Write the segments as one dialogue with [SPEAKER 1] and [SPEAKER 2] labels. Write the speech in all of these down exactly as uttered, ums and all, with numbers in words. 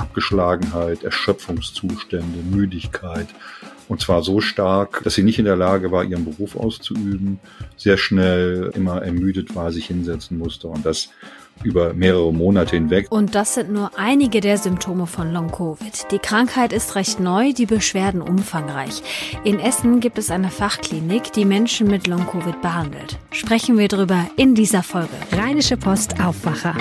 [SPEAKER 1] Abgeschlagenheit, Erschöpfungszustände, Müdigkeit. Und zwar so stark, dass sie nicht in der Lage war, ihren Beruf auszuüben, sehr schnell immer ermüdet war, sich hinsetzen musste und das über mehrere Monate hinweg.
[SPEAKER 2] Und das sind nur einige der Symptome von Long-Covid. Die Krankheit ist recht neu, die Beschwerden umfangreich. In Essen gibt es eine Fachklinik, die Menschen mit Long-Covid behandelt. Sprechen wir drüber in dieser Folge.
[SPEAKER 3] Rheinische Post Aufwacher.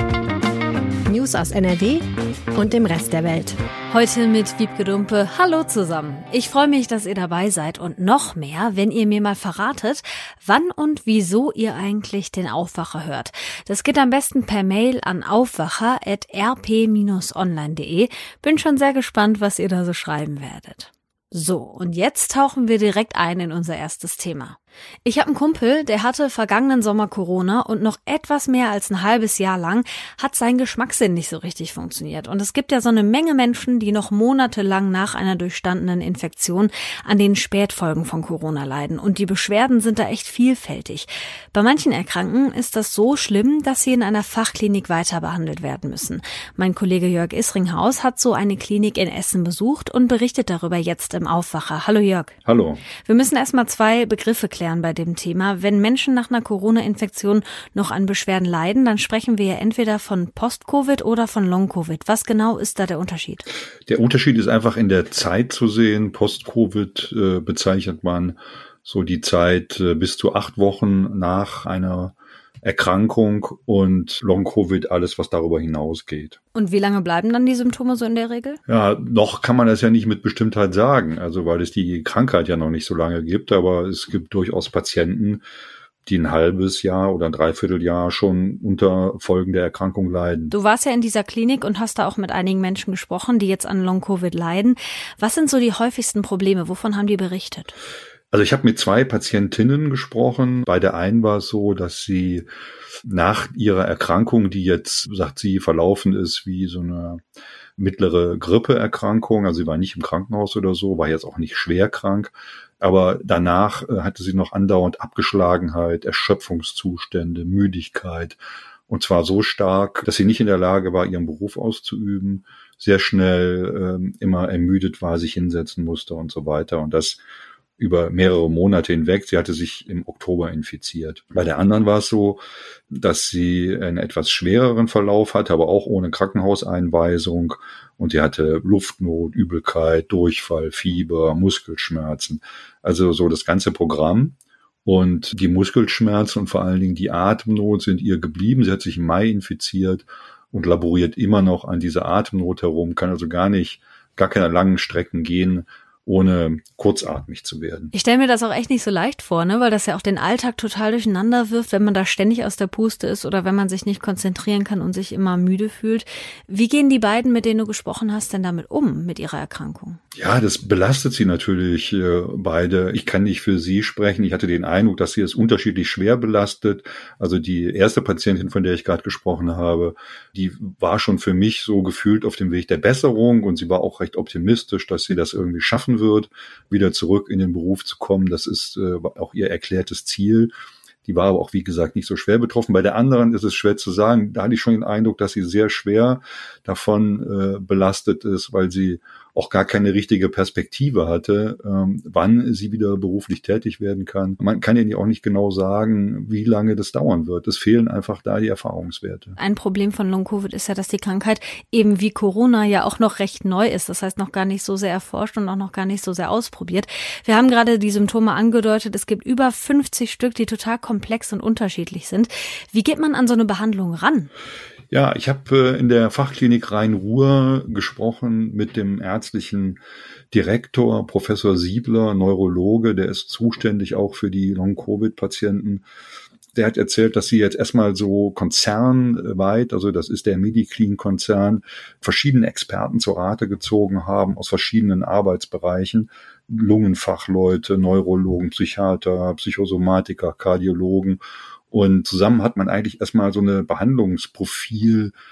[SPEAKER 3] News aus N R W und dem Rest der Welt.
[SPEAKER 2] Heute mit Wiebke Dumpe. Hallo zusammen. Ich freue mich, dass ihr dabei seid und noch mehr, wenn ihr mir mal verratet, wann und wieso ihr eigentlich den Aufwacher hört. Das geht am besten per Mail an aufwacher at r p dash online punkt d e. Bin schon sehr gespannt, was ihr da so schreiben werdet. So, und jetzt tauchen wir direkt ein in unser erstes Thema. Ich habe einen Kumpel, der hatte vergangenen Sommer Corona und noch etwas mehr als ein halbes Jahr lang hat sein Geschmackssinn nicht so richtig funktioniert. Und es gibt ja so eine Menge Menschen, die noch monatelang nach einer durchstandenen Infektion an den Spätfolgen von Corona leiden. Und die Beschwerden sind da echt vielfältig. Bei manchen Erkrankten ist das so schlimm, dass sie in einer Fachklinik weiter behandelt werden müssen. Mein Kollege Jörg Isringhaus hat so eine Klinik in Essen besucht und berichtet darüber jetzt im Aufwacher. Hallo Jörg.
[SPEAKER 1] Hallo.
[SPEAKER 2] Wir müssen erstmal zwei Begriffe klären bei dem Thema. Wenn Menschen nach einer Corona-Infektion noch an Beschwerden leiden, dann sprechen wir ja entweder von Post-Covid oder von Long-Covid. Was genau ist da der Unterschied?
[SPEAKER 1] Der Unterschied ist einfach in der Zeit zu sehen. Post-Covid äh, bezeichnet man so die Zeit äh, bis zu acht Wochen nach einer Erkrankung und Long-Covid alles, was darüber hinausgeht.
[SPEAKER 2] Und wie lange bleiben dann die Symptome so in der Regel?
[SPEAKER 1] Ja, noch kann man das ja nicht mit Bestimmtheit sagen, also weil es die Krankheit ja noch nicht so lange gibt, aber es gibt durchaus Patienten, die ein halbes Jahr oder ein Dreivierteljahr schon unter Folgen der Erkrankung leiden.
[SPEAKER 2] Du warst ja in dieser Klinik und hast da auch mit einigen Menschen gesprochen, die jetzt an Long-Covid leiden. Was sind so die häufigsten Probleme? Wovon haben die berichtet?
[SPEAKER 1] Also ich habe mit zwei Patientinnen gesprochen. Bei der einen war es so, dass sie nach ihrer Erkrankung, die jetzt, sagt sie, verlaufen ist wie so eine mittlere Grippeerkrankung, also sie war nicht im Krankenhaus oder so, war jetzt auch nicht schwer krank, aber danach äh, hatte sie noch andauernd Abgeschlagenheit, Erschöpfungszustände, Müdigkeit und zwar so stark, dass sie nicht in der Lage war, ihren Beruf auszuüben, sehr schnell äh, immer ermüdet war, sich hinsetzen musste und so weiter und das über mehrere Monate hinweg. Sie hatte sich im Oktober infiziert. Bei der anderen war es so, dass sie einen etwas schwereren Verlauf hatte, aber auch ohne Krankenhauseinweisung. Und sie hatte Luftnot, Übelkeit, Durchfall, Fieber, Muskelschmerzen. Also so das ganze Programm. Und die Muskelschmerzen und vor allen Dingen die Atemnot sind ihr geblieben. Sie hat sich im Mai infiziert und laboriert immer noch an dieser Atemnot herum, kann also gar nicht, gar keine langen Strecken gehen, ohne kurzatmig zu werden.
[SPEAKER 2] Ich stelle mir das auch echt nicht so leicht vor, ne, weil das ja auch den Alltag total durcheinander wirft, wenn man da ständig aus der Puste ist oder wenn man sich nicht konzentrieren kann und sich immer müde fühlt. Wie gehen die beiden, mit denen du gesprochen hast, denn damit um, mit ihrer Erkrankung?
[SPEAKER 1] Ja, das belastet sie natürlich äh, beide. Ich kann nicht für sie sprechen. Ich hatte den Eindruck, dass sie es unterschiedlich schwer belastet. Also die erste Patientin, von der ich gerade gesprochen habe, die war schon für mich so gefühlt auf dem Weg der Besserung und sie war auch recht optimistisch, dass sie das irgendwie schaffen wird, wieder zurück in den Beruf zu kommen. Das ist äh, auch ihr erklärtes Ziel. Die war aber auch, wie gesagt, nicht so schwer betroffen. Bei der anderen ist es schwer zu sagen. Da hatte ich schon den Eindruck, dass sie sehr schwer davon äh, belastet ist, weil sie auch gar keine richtige Perspektive hatte, ähm, wann sie wieder beruflich tätig werden kann. Man kann ja auch nicht genau sagen, wie lange das dauern wird. Es fehlen einfach da die Erfahrungswerte.
[SPEAKER 2] Ein Problem von Long-Covid ist ja, dass die Krankheit eben wie Corona ja auch noch recht neu ist. Das heißt, noch gar nicht so sehr erforscht und auch noch gar nicht so sehr ausprobiert. Wir haben gerade die Symptome angedeutet. Es gibt über fünfzig Stück, die total komplex und unterschiedlich sind. Wie geht man an so eine Behandlung ran?
[SPEAKER 1] Ja, ich habe in der Fachklinik Rhein-Ruhr gesprochen mit dem ärztlichen Direktor, Professor Siebler, Neurologe, der ist zuständig auch für die Long-Covid-Patienten. Der hat erzählt, dass sie jetzt erstmal so konzernweit, also das ist der Mediclean-Konzern, verschiedene Experten zur Rate gezogen haben aus verschiedenen Arbeitsbereichen. Lungenfachleute, Neurologen, Psychiater, Psychosomatiker, Kardiologen. Und zusammen hat man eigentlich erstmal so eine Behandlungsprofil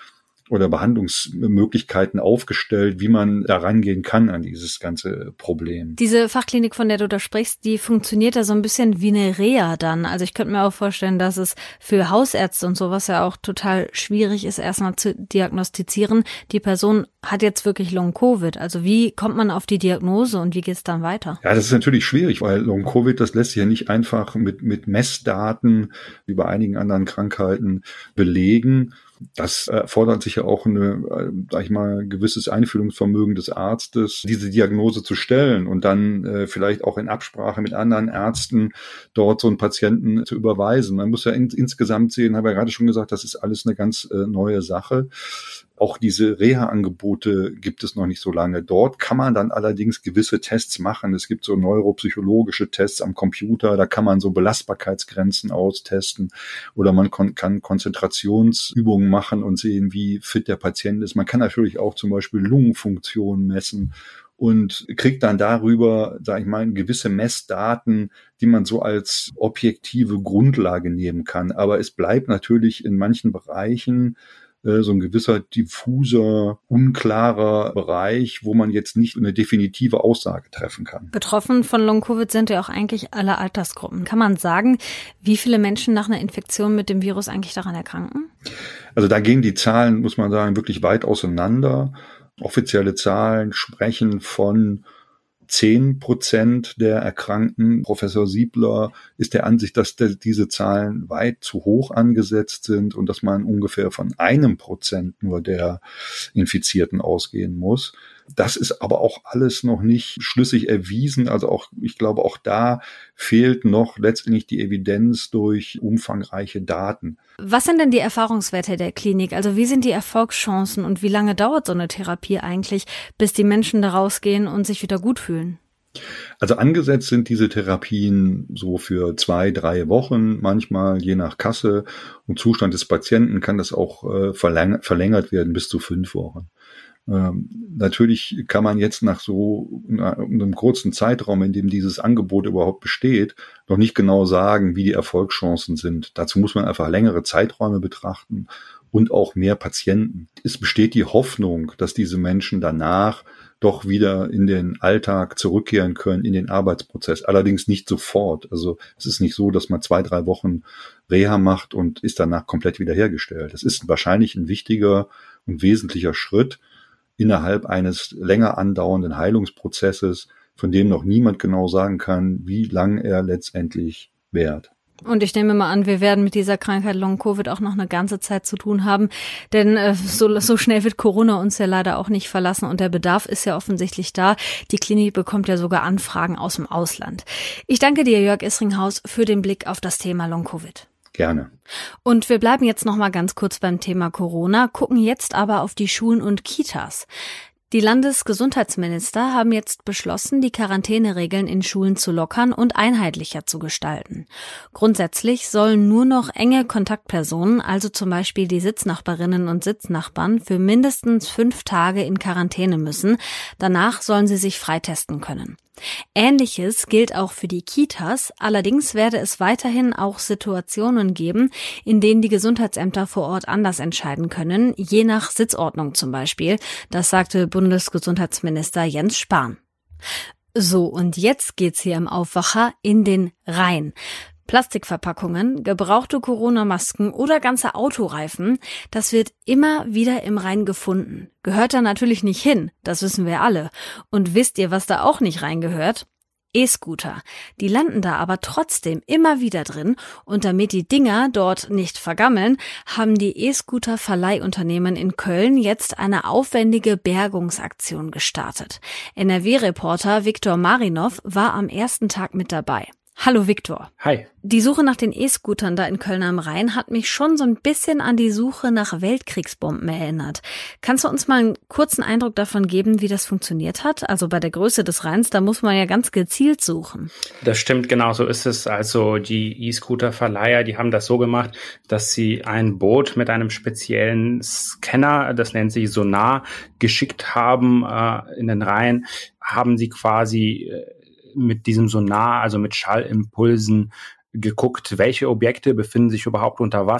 [SPEAKER 1] oder Behandlungsmöglichkeiten aufgestellt, wie man da rangehen kann an dieses ganze Problem.
[SPEAKER 2] Diese Fachklinik, von der du da sprichst, die funktioniert ja so ein bisschen wie eine Reha dann. Also ich könnte mir auch vorstellen, dass es für Hausärzte und sowas ja auch total schwierig ist, erstmal zu diagnostizieren. Die Person hat jetzt wirklich Long-Covid. Also wie kommt man auf die Diagnose und wie geht es dann weiter?
[SPEAKER 1] Ja, das ist natürlich schwierig, weil Long-Covid, das lässt sich ja nicht einfach mit, mit Messdaten wie bei einigen anderen Krankheiten belegen. Das erfordert sich ja auch eine, sag ich mal, gewisses Einfühlungsvermögen des Arztes, diese Diagnose zu stellen und dann äh, vielleicht auch in Absprache mit anderen Ärzten dort so einen Patienten zu überweisen. Man muss ja in, insgesamt sehen, habe ich ja gerade schon gesagt, das ist alles eine ganz äh, neue Sache. Auch diese Reha-Angebote gibt es noch nicht so lange. Dort kann man dann allerdings gewisse Tests machen. Es gibt so neuropsychologische Tests am Computer, da kann man so Belastbarkeitsgrenzen austesten oder man kon- kann Konzentrationsübungen machen und sehen, wie fit der Patient ist. Man kann natürlich auch zum Beispiel Lungenfunktion messen und kriegt dann darüber, sage ich mal, gewisse Messdaten, die man so als objektive Grundlage nehmen kann. Aber es bleibt natürlich in manchen Bereichen so ein gewisser diffuser, unklarer Bereich, wo man jetzt nicht eine definitive Aussage treffen kann.
[SPEAKER 2] Betroffen von Long-Covid sind ja auch eigentlich alle Altersgruppen. Kann man sagen, wie viele Menschen nach einer Infektion mit dem Virus eigentlich daran erkranken?
[SPEAKER 1] Also da gehen die Zahlen, muss man sagen, wirklich weit auseinander. Offizielle Zahlen sprechen von zehn Prozent der Erkrankten. Professor Siebler ist der Ansicht, dass de- diese Zahlen weit zu hoch angesetzt sind und dass man ungefähr von einem Prozent nur der Infizierten ausgehen muss. Das ist aber auch alles noch nicht schlüssig erwiesen. Also auch, ich glaube, auch da fehlt noch letztendlich die Evidenz durch umfangreiche Daten.
[SPEAKER 2] Was sind denn die Erfahrungswerte der Klinik? Also wie sind die Erfolgschancen und wie lange dauert so eine Therapie eigentlich, bis die Menschen da rausgehen und sich wieder gut fühlen?
[SPEAKER 1] Also angesetzt sind diese Therapien so für zwei, drei Wochen, manchmal je nach Kasse und Zustand des Patienten kann das auch äh, verläng- verlängert werden bis zu fünf Wochen. Ähm, natürlich kann man jetzt nach so einem kurzen Zeitraum, in dem dieses Angebot überhaupt besteht, noch nicht genau sagen, wie die Erfolgschancen sind. Dazu muss man einfach längere Zeiträume betrachten und auch mehr Patienten. Es besteht die Hoffnung, dass diese Menschen danach doch wieder in den Alltag zurückkehren können, in den Arbeitsprozess. Allerdings nicht sofort. Also es ist nicht so, dass man zwei, drei Wochen Reha macht und ist danach komplett wiederhergestellt. Das ist wahrscheinlich ein wichtiger und wesentlicher Schritt innerhalb eines länger andauernden Heilungsprozesses, von dem noch niemand genau sagen kann, wie lang er letztendlich währt.
[SPEAKER 2] Und ich nehme mal an, wir werden mit dieser Krankheit Long-Covid auch noch eine ganze Zeit zu tun haben, denn äh, so, so schnell wird Corona uns ja leider auch nicht verlassen und der Bedarf ist ja offensichtlich da. Die Klinik bekommt ja sogar Anfragen aus dem Ausland. Ich danke dir, Jörg Isringhaus, für den Blick auf das Thema Long-Covid.
[SPEAKER 1] Gerne.
[SPEAKER 2] Und wir bleiben jetzt noch mal ganz kurz beim Thema Corona, gucken jetzt aber auf die Schulen und Kitas. Die Landesgesundheitsminister haben jetzt beschlossen, die Quarantäneregeln in Schulen zu lockern und einheitlicher zu gestalten. Grundsätzlich sollen nur noch enge Kontaktpersonen, also zum Beispiel die Sitznachbarinnen und Sitznachbarn, für mindestens fünf Tage in Quarantäne müssen. Danach sollen sie sich freitesten können. Ähnliches gilt auch für die Kitas, allerdings werde es weiterhin auch Situationen geben, in denen die Gesundheitsämter vor Ort anders entscheiden können, je nach Sitzordnung zum Beispiel. Das sagte Bundesgesundheitsminister Jens Spahn. So, und jetzt geht's hier im Aufwacher in den Rhein. Plastikverpackungen, gebrauchte Corona-Masken oder ganze Autoreifen, das wird immer wieder im Rhein gefunden. Gehört da natürlich nicht hin, das wissen wir alle. Und wisst ihr, was da auch nicht reingehört? E-Scooter. Die landen da aber trotzdem immer wieder drin und damit die Dinger dort nicht vergammeln, haben die E-Scooter-Verleihunternehmen in Köln jetzt eine aufwendige Bergungsaktion gestartet. N R W-Reporter Viktor Marinov war am ersten Tag mit dabei. Hallo Viktor.
[SPEAKER 4] Hi.
[SPEAKER 2] Die Suche nach den E-Scootern da in Köln am Rhein hat mich schon so ein bisschen an die Suche nach Weltkriegsbomben erinnert. Kannst du uns mal einen kurzen Eindruck davon geben, wie das funktioniert hat? Also bei der Größe des Rheins, da muss man ja ganz gezielt suchen.
[SPEAKER 4] Das stimmt, genau so ist es. Also die E-Scooter-Verleiher, die haben das so gemacht, dass sie ein Boot mit einem speziellen Scanner, das nennt sich Sonar, geschickt haben äh, in den Rhein, haben sie quasi äh, mit diesem Sonar, also mit Schallimpulsen, geguckt, welche Objekte befinden sich überhaupt unter Wasser.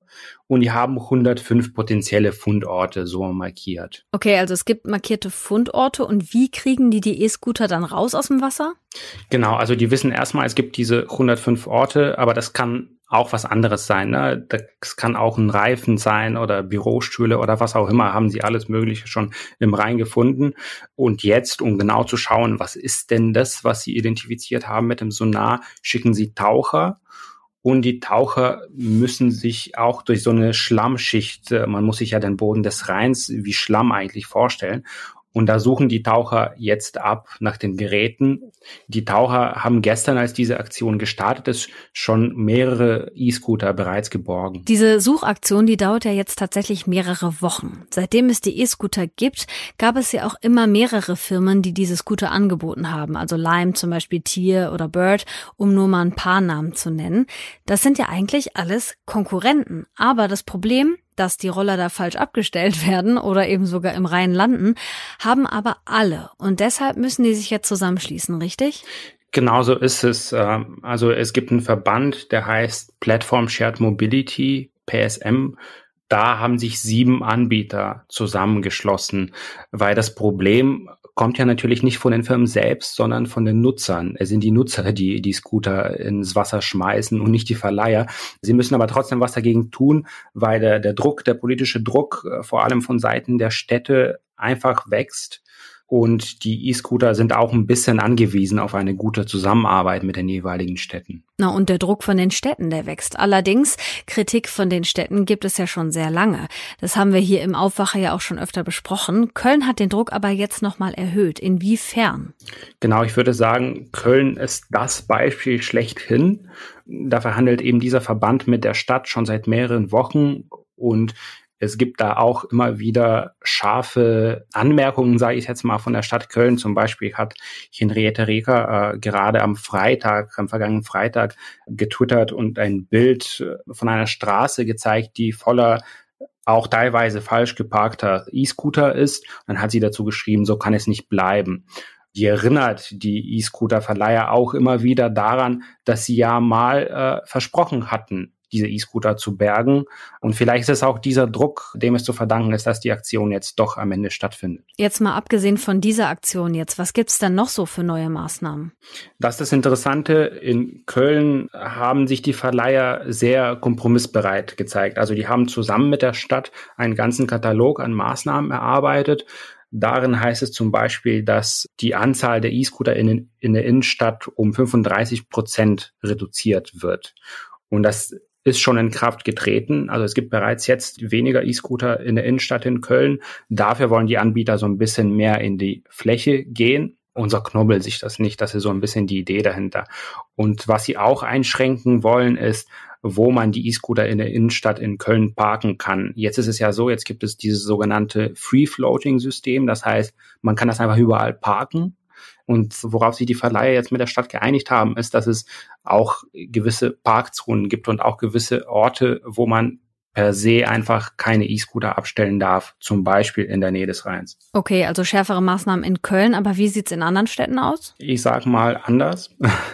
[SPEAKER 4] und die haben hundertfünf potenzielle Fundorte so markiert.
[SPEAKER 2] Okay, also es gibt markierte Fundorte und wie kriegen die die E-Scooter dann raus aus dem Wasser?
[SPEAKER 4] Genau, also die wissen erstmal, es gibt diese hundertfünf Orte, aber das kann auch was anderes sein, ne? Das kann auch ein Reifen sein oder Bürostühle oder was auch immer, haben sie alles Mögliche schon im Rhein gefunden. Und jetzt, um genau zu schauen, was ist denn das, was sie identifiziert haben mit dem Sonar, schicken sie Taucher. Und die Taucher müssen sich auch durch so eine Schlammschicht, man muss sich ja den Boden des Rheins wie Schlamm eigentlich vorstellen. Und da suchen die Taucher jetzt ab nach den Geräten. Die Taucher haben gestern, als diese Aktion gestartet ist, schon mehrere E-Scooter bereits geborgen.
[SPEAKER 2] Diese Suchaktion, die dauert ja jetzt tatsächlich mehrere Wochen. Seitdem es die E-Scooter gibt, gab es ja auch immer mehrere Firmen, die diese Scooter angeboten haben. Also Lime zum Beispiel, Tier oder Bird, um nur mal ein paar Namen zu nennen. Das sind ja eigentlich alles Konkurrenten. Aber das Problem, dass die Roller da falsch abgestellt werden oder eben sogar im Rhein landen, haben aber alle. Und deshalb müssen die sich jetzt zusammenschließen, richtig?
[SPEAKER 4] Genauso ist es. Also es gibt einen Verband, der heißt Platform Shared Mobility, P S M. Da haben sich sieben Anbieter zusammengeschlossen, weil das Problem kommt ja natürlich nicht von den Firmen selbst, sondern von den Nutzern. Es sind die Nutzer, die die Scooter ins Wasser schmeißen und nicht die Verleiher. Sie müssen aber trotzdem was dagegen tun, weil der, der Druck, der politische Druck, vor allem von Seiten der Städte, einfach wächst. Und die E-Scooter sind auch ein bisschen angewiesen auf eine gute Zusammenarbeit mit den jeweiligen Städten.
[SPEAKER 2] Na, und der Druck von den Städten, der wächst. Allerdings, Kritik von den Städten gibt es ja schon sehr lange. Das haben wir hier im Aufwacher ja auch schon öfter besprochen. Köln hat den Druck aber jetzt nochmal erhöht. Inwiefern?
[SPEAKER 4] Genau, ich würde sagen, Köln ist das Beispiel schlechthin. Da verhandelt eben dieser Verband mit der Stadt schon seit mehreren Wochen und es gibt da auch immer wieder scharfe Anmerkungen, sage ich jetzt mal, von der Stadt Köln. Zum Beispiel hat Henriette Reker äh, gerade am Freitag, am vergangenen Freitag getwittert und ein Bild von einer Straße gezeigt, die voller auch teilweise falsch geparkter E-Scooter ist. Dann hat sie dazu geschrieben, so kann es nicht bleiben. Die erinnert die E-Scooter-Verleiher auch immer wieder daran, dass sie ja mal äh, versprochen hatten, diese E-Scooter zu bergen. Und vielleicht ist es auch dieser Druck, dem es zu verdanken ist, dass die Aktion jetzt doch am Ende stattfindet.
[SPEAKER 2] Jetzt mal abgesehen von dieser Aktion jetzt, was gibt's denn noch so für neue Maßnahmen?
[SPEAKER 4] Das ist das Interessante. In Köln haben sich die Verleiher sehr kompromissbereit gezeigt. Also die haben zusammen mit der Stadt einen ganzen Katalog an Maßnahmen erarbeitet. Darin heißt es zum Beispiel, dass die Anzahl der E-Scooter in, in der Innenstadt um fünfunddreißig Prozent reduziert wird. Und das ist schon in Kraft getreten. Also es gibt bereits jetzt weniger E-Scooter in der Innenstadt in Köln. Dafür wollen die Anbieter so ein bisschen mehr in die Fläche gehen. Unser Knobbel sich das nicht. Das ist so ein bisschen die Idee dahinter. Und was sie auch einschränken wollen, ist, wo man die E-Scooter in der Innenstadt in Köln parken kann. Jetzt ist es ja so, jetzt gibt es dieses sogenannte Free-Floating-System. Das heißt, man kann das einfach überall parken. Und worauf sich die Verleiher jetzt mit der Stadt geeinigt haben, ist, dass es auch gewisse Parkzonen gibt und auch gewisse Orte, wo man per se einfach keine E-Scooter abstellen darf, zum Beispiel in der Nähe des Rheins.
[SPEAKER 2] Okay, also schärfere Maßnahmen in Köln, aber wie sieht's in anderen Städten aus?
[SPEAKER 4] Ich sag mal anders.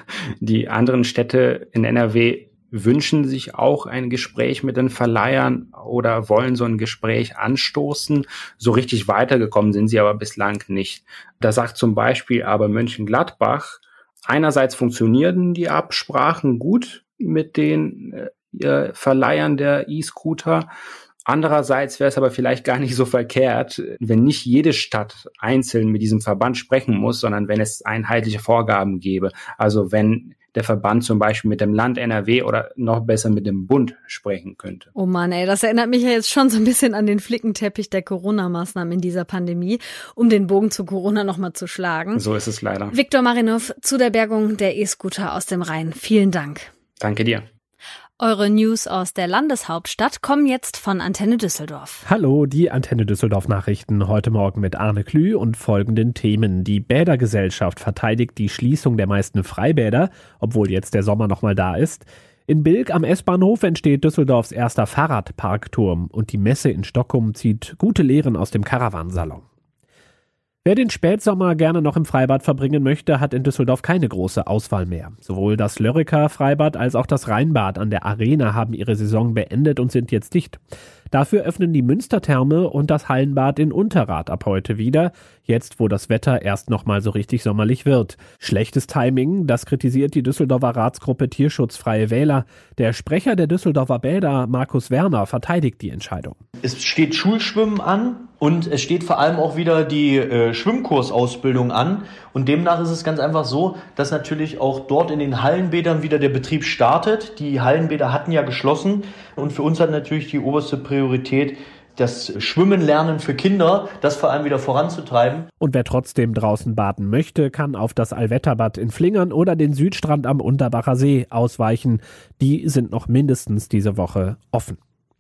[SPEAKER 4] Die anderen Städte in N R W wünschen sich auch ein Gespräch mit den Verleihern oder wollen so ein Gespräch anstoßen. So richtig weitergekommen sind sie aber bislang nicht. Da sagt zum Beispiel aber Mönchengladbach, einerseits funktionieren die Absprachen gut mit den äh, Verleihern der E-Scooter. Andererseits wäre es aber vielleicht gar nicht so verkehrt, wenn nicht jede Stadt einzeln mit diesem Verband sprechen muss, sondern wenn es einheitliche Vorgaben gäbe. Also wenn der Verband zum Beispiel mit dem Land N R W oder noch besser mit dem Bund sprechen könnte.
[SPEAKER 2] Oh Mann, ey, das erinnert mich ja jetzt schon so ein bisschen an den Flickenteppich der Corona-Maßnahmen in dieser Pandemie, um den Bogen zu Corona nochmal zu schlagen.
[SPEAKER 4] So ist es leider.
[SPEAKER 2] Viktor Marinov zu der Bergung der E-Scooter aus dem Rhein. Vielen Dank.
[SPEAKER 4] Danke dir.
[SPEAKER 2] Eure News aus der Landeshauptstadt kommen jetzt von Antenne Düsseldorf.
[SPEAKER 5] Hallo, die Antenne Düsseldorf Nachrichten heute Morgen mit Arne Klü und folgenden Themen. Die Bädergesellschaft verteidigt die Schließung der meisten Freibäder, obwohl jetzt der Sommer noch mal da ist. In Bilk am S-Bahnhof entsteht Düsseldorfs erster Fahrradparkturm und die Messe in Stockholm zieht gute Lehren aus dem Caravansalon. Wer den Spätsommer gerne noch im Freibad verbringen möchte, hat in Düsseldorf keine große Auswahl mehr. Sowohl das Lörriker Freibad als auch das Rheinbad an der Arena haben ihre Saison beendet und sind jetzt dicht. Dafür öffnen die Münstertherme und das Hallenbad in Unterrath ab heute wieder, jetzt wo das Wetter erst noch mal so richtig sommerlich wird. Schlechtes Timing, das kritisiert die Düsseldorfer Ratsgruppe Tierschutzfreie Wähler. Der Sprecher der Düsseldorfer Bäder, Markus Werner, verteidigt die Entscheidung.
[SPEAKER 6] Es steht Schulschwimmen an und es steht vor allem auch wieder die äh, Schwimmkursausbildung an. Und demnach ist es ganz einfach so, dass natürlich auch dort in den Hallenbädern wieder der Betrieb startet. Die Hallenbäder hatten ja geschlossen und für uns hat natürlich die oberste Priorität, das Schwimmenlernen für Kinder, das vor allem wieder voranzutreiben.
[SPEAKER 5] Und wer trotzdem draußen baden möchte, kann auf das Allwetterbad in Flingern oder den Südstrand am Unterbacher See ausweichen. Die sind noch mindestens diese Woche offen.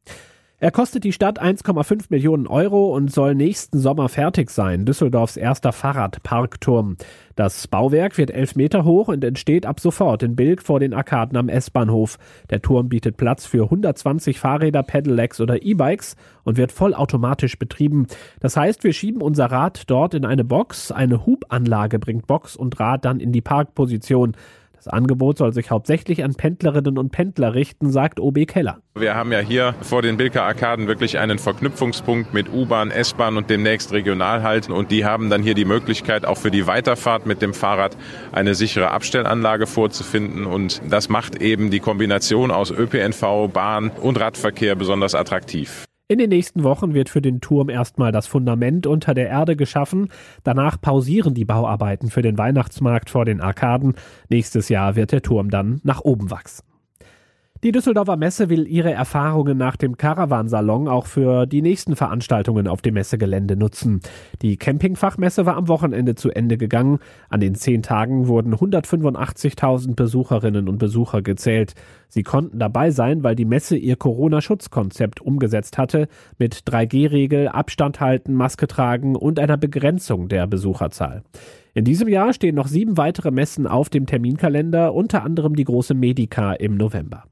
[SPEAKER 5] Er kostet die Stadt eins Komma fünf Millionen Euro und soll nächsten Sommer fertig sein. Düsseldorfs erster Fahrradparkturm. Das Bauwerk wird elf Meter hoch und entsteht ab sofort in Bilk vor den Arkaden am S-Bahnhof. Der Turm bietet Platz für hundertzwanzig Fahrräder, Pedelecs oder E-Bikes und wird vollautomatisch betrieben. Das heißt, wir schieben unser Rad dort in eine Box. Eine Hubanlage bringt Box und Rad dann in die Parkposition. Das Angebot soll sich hauptsächlich an Pendlerinnen und Pendler richten, sagt O B Keller.
[SPEAKER 7] Wir haben ja hier vor den Bilker Arkaden wirklich einen Verknüpfungspunkt mit U-Bahn, S-Bahn und demnächst Regionalhalt. Und die haben dann hier die Möglichkeit, auch für die Weiterfahrt mit dem Fahrrad eine sichere Abstellanlage vorzufinden. Und das macht eben die Kombination aus Ö P N V, Bahn und Radverkehr besonders attraktiv.
[SPEAKER 5] In den nächsten Wochen wird für den Turm erstmal das Fundament unter der Erde geschaffen. Danach pausieren die Bauarbeiten für den Weihnachtsmarkt vor den Arkaden. Nächstes Jahr wird der Turm dann nach oben wachsen. Die Düsseldorfer Messe will ihre Erfahrungen nach dem Caravansalon auch für die nächsten Veranstaltungen auf dem Messegelände nutzen. Die Campingfachmesse war am Wochenende zu Ende gegangen. An den zehn Tagen wurden hundertfünfundachtzigtausend Besucherinnen und Besucher gezählt. Sie konnten dabei sein, weil die Messe ihr Corona-Schutzkonzept umgesetzt hatte, mit drei G Regel, Abstand halten, Maske tragen und einer Begrenzung der Besucherzahl. In diesem Jahr stehen noch sieben weitere Messen auf dem Terminkalender, unter anderem die große Medica im November.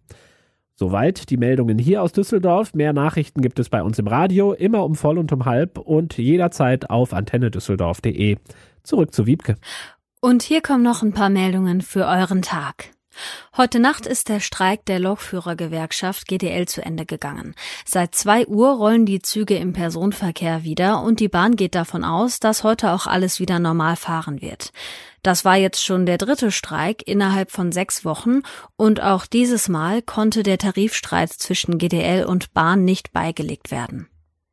[SPEAKER 5] Soweit die Meldungen hier aus Düsseldorf. Mehr Nachrichten gibt es bei uns im Radio, immer um voll und um halb und jederzeit auf antenne düsseldorf punkt de. Zurück zu Wiebke.
[SPEAKER 2] Und hier kommen noch ein paar Meldungen für euren Tag. Heute Nacht ist der Streik der Lokführergewerkschaft G D L zu Ende gegangen. Seit zwei Uhr rollen die Züge im Personenverkehr wieder und die Bahn geht davon aus, dass heute auch alles wieder normal fahren wird. Das war jetzt schon der dritte Streik innerhalb von sechs Wochen und auch dieses Mal konnte der Tarifstreit zwischen G D L und Bahn nicht beigelegt werden.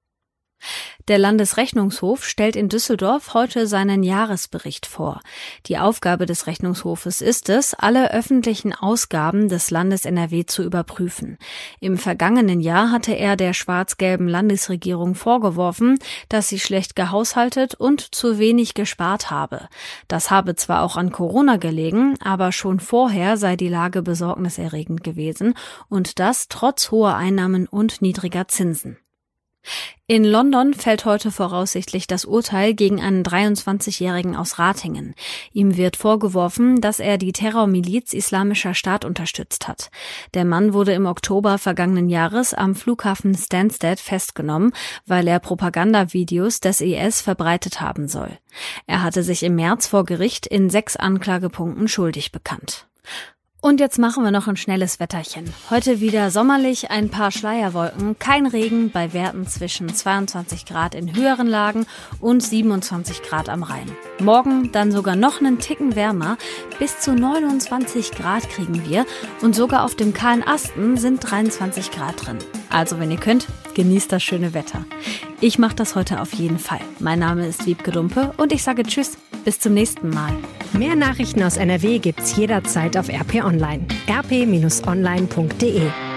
[SPEAKER 2] Der Landesrechnungshof stellt in Düsseldorf heute seinen Jahresbericht vor. Die Aufgabe des Rechnungshofes ist es, alle öffentlichen Ausgaben des Landes N R W zu überprüfen. Im vergangenen Jahr hatte er der schwarz-gelben Landesregierung vorgeworfen, dass sie schlecht gehaushaltet und zu wenig gespart habe. Das habe zwar auch an Corona gelegen, aber schon vorher sei die Lage besorgniserregend gewesen und das trotz hoher Einnahmen und niedriger Zinsen. In London fällt heute voraussichtlich das Urteil gegen einen dreiundzwanzigjährigen aus Ratingen. Ihm wird vorgeworfen, dass er die Terrormiliz Islamischer Staat unterstützt hat. Der Mann wurde im Oktober vergangenen Jahres am Flughafen Stansted festgenommen, weil er Propagandavideos des I S verbreitet haben soll. Er hatte sich im März vor Gericht in sechs Anklagepunkten schuldig bekannt. Und jetzt machen wir noch ein schnelles Wetterchen. Heute wieder sommerlich, ein paar Schleierwolken, kein Regen bei Werten zwischen zweiundzwanzig Grad in höheren Lagen und siebenundzwanzig Grad am Rhein. Morgen dann sogar noch einen Ticken wärmer, bis zu neunundzwanzig Grad kriegen wir und sogar auf dem kahlen Asten sind dreiundzwanzig Grad drin. Also wenn ihr könnt, genießt das schöne Wetter. Ich mache das heute auf jeden Fall. Mein Name ist Wiebke Dumpe und ich sage Tschüss, bis zum nächsten Mal.
[SPEAKER 3] Mehr Nachrichten aus N R W gibt's jederzeit auf R P Online. r p Bindestrich online punkt de